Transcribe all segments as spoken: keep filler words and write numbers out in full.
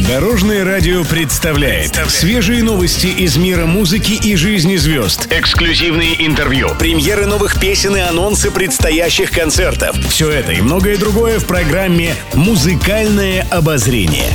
Дорожное радио представляет свежие новости из мира музыки и жизни звезд. Эксклюзивные интервью, премьеры новых песен и анонсы предстоящих концертов. Все это и многое другое в программе «Музыкальное обозрение».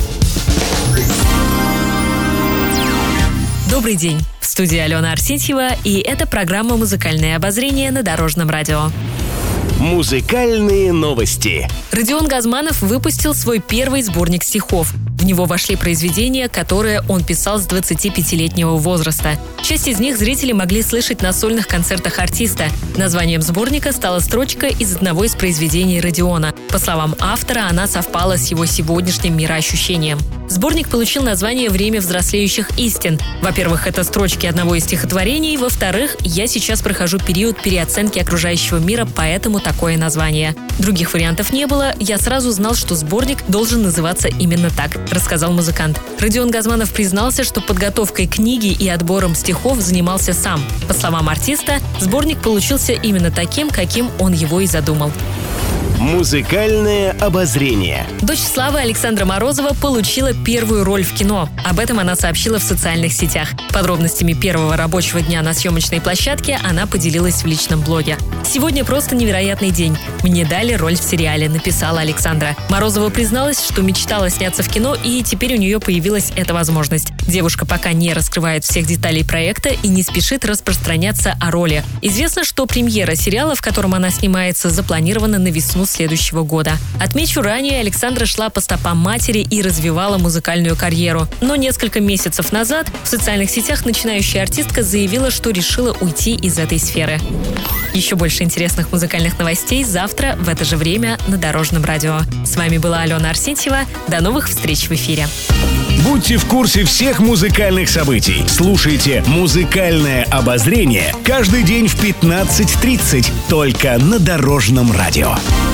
Добрый день. В студии Алена Арсентьева, и это программа «Музыкальное обозрение» на Дорожном радио. Музыкальные новости. Родион Газманов выпустил свой первый сборник стихов. В него вошли произведения, которые он писал с двадцатипятилетнего возраста. Часть из них зрители могли слышать на сольных концертах артиста. Названием сборника стала строчка из одного из произведений Родиона. По словам автора, она совпала с его сегодняшним мироощущением. Сборник получил название «Время взрослеющих истин». Во-первых, это строчки одного из стихотворений. Во-вторых, я сейчас прохожу период переоценки окружающего мира, поэтому такое название. Других вариантов не было. Я сразу знал, что сборник должен называться именно так, рассказал музыкант. Родион Газманов признался, что подготовкой книги и отбором стихов занимался сам. По словам артиста, сборник получился именно таким, каким он его и задумал. Музыкальное обозрение. Дочь Славы Александра Морозова получила первую роль в кино. Об этом она сообщила в социальных сетях. Подробностями первого рабочего дня на съемочной площадке она поделилась в личном блоге. «Сегодня просто невероятный день. Мне дали роль в сериале», — написала Александра. Морозова призналась, что мечтала сняться в кино, и теперь у нее появилась эта возможность. Девушка пока не раскрывает всех деталей проекта и не спешит распространяться о роли. Известно, что премьера сериала, в котором она снимается, запланирована на весну следующего года. Отмечу, ранее Александра шла по стопам матери и развивала музыкальную карьеру. Но несколько месяцев назад в социальных сетях начинающая артистка заявила, что решила уйти из этой сферы. Еще больше интересных музыкальных новостей завтра в это же время на Дорожном радио. С вами была Алена Арсентьева. До новых встреч в эфире. Будьте в курсе всех музыкальных событий. Слушайте «Музыкальное обозрение» каждый день в пятнадцать тридцать только на Дорожном радио.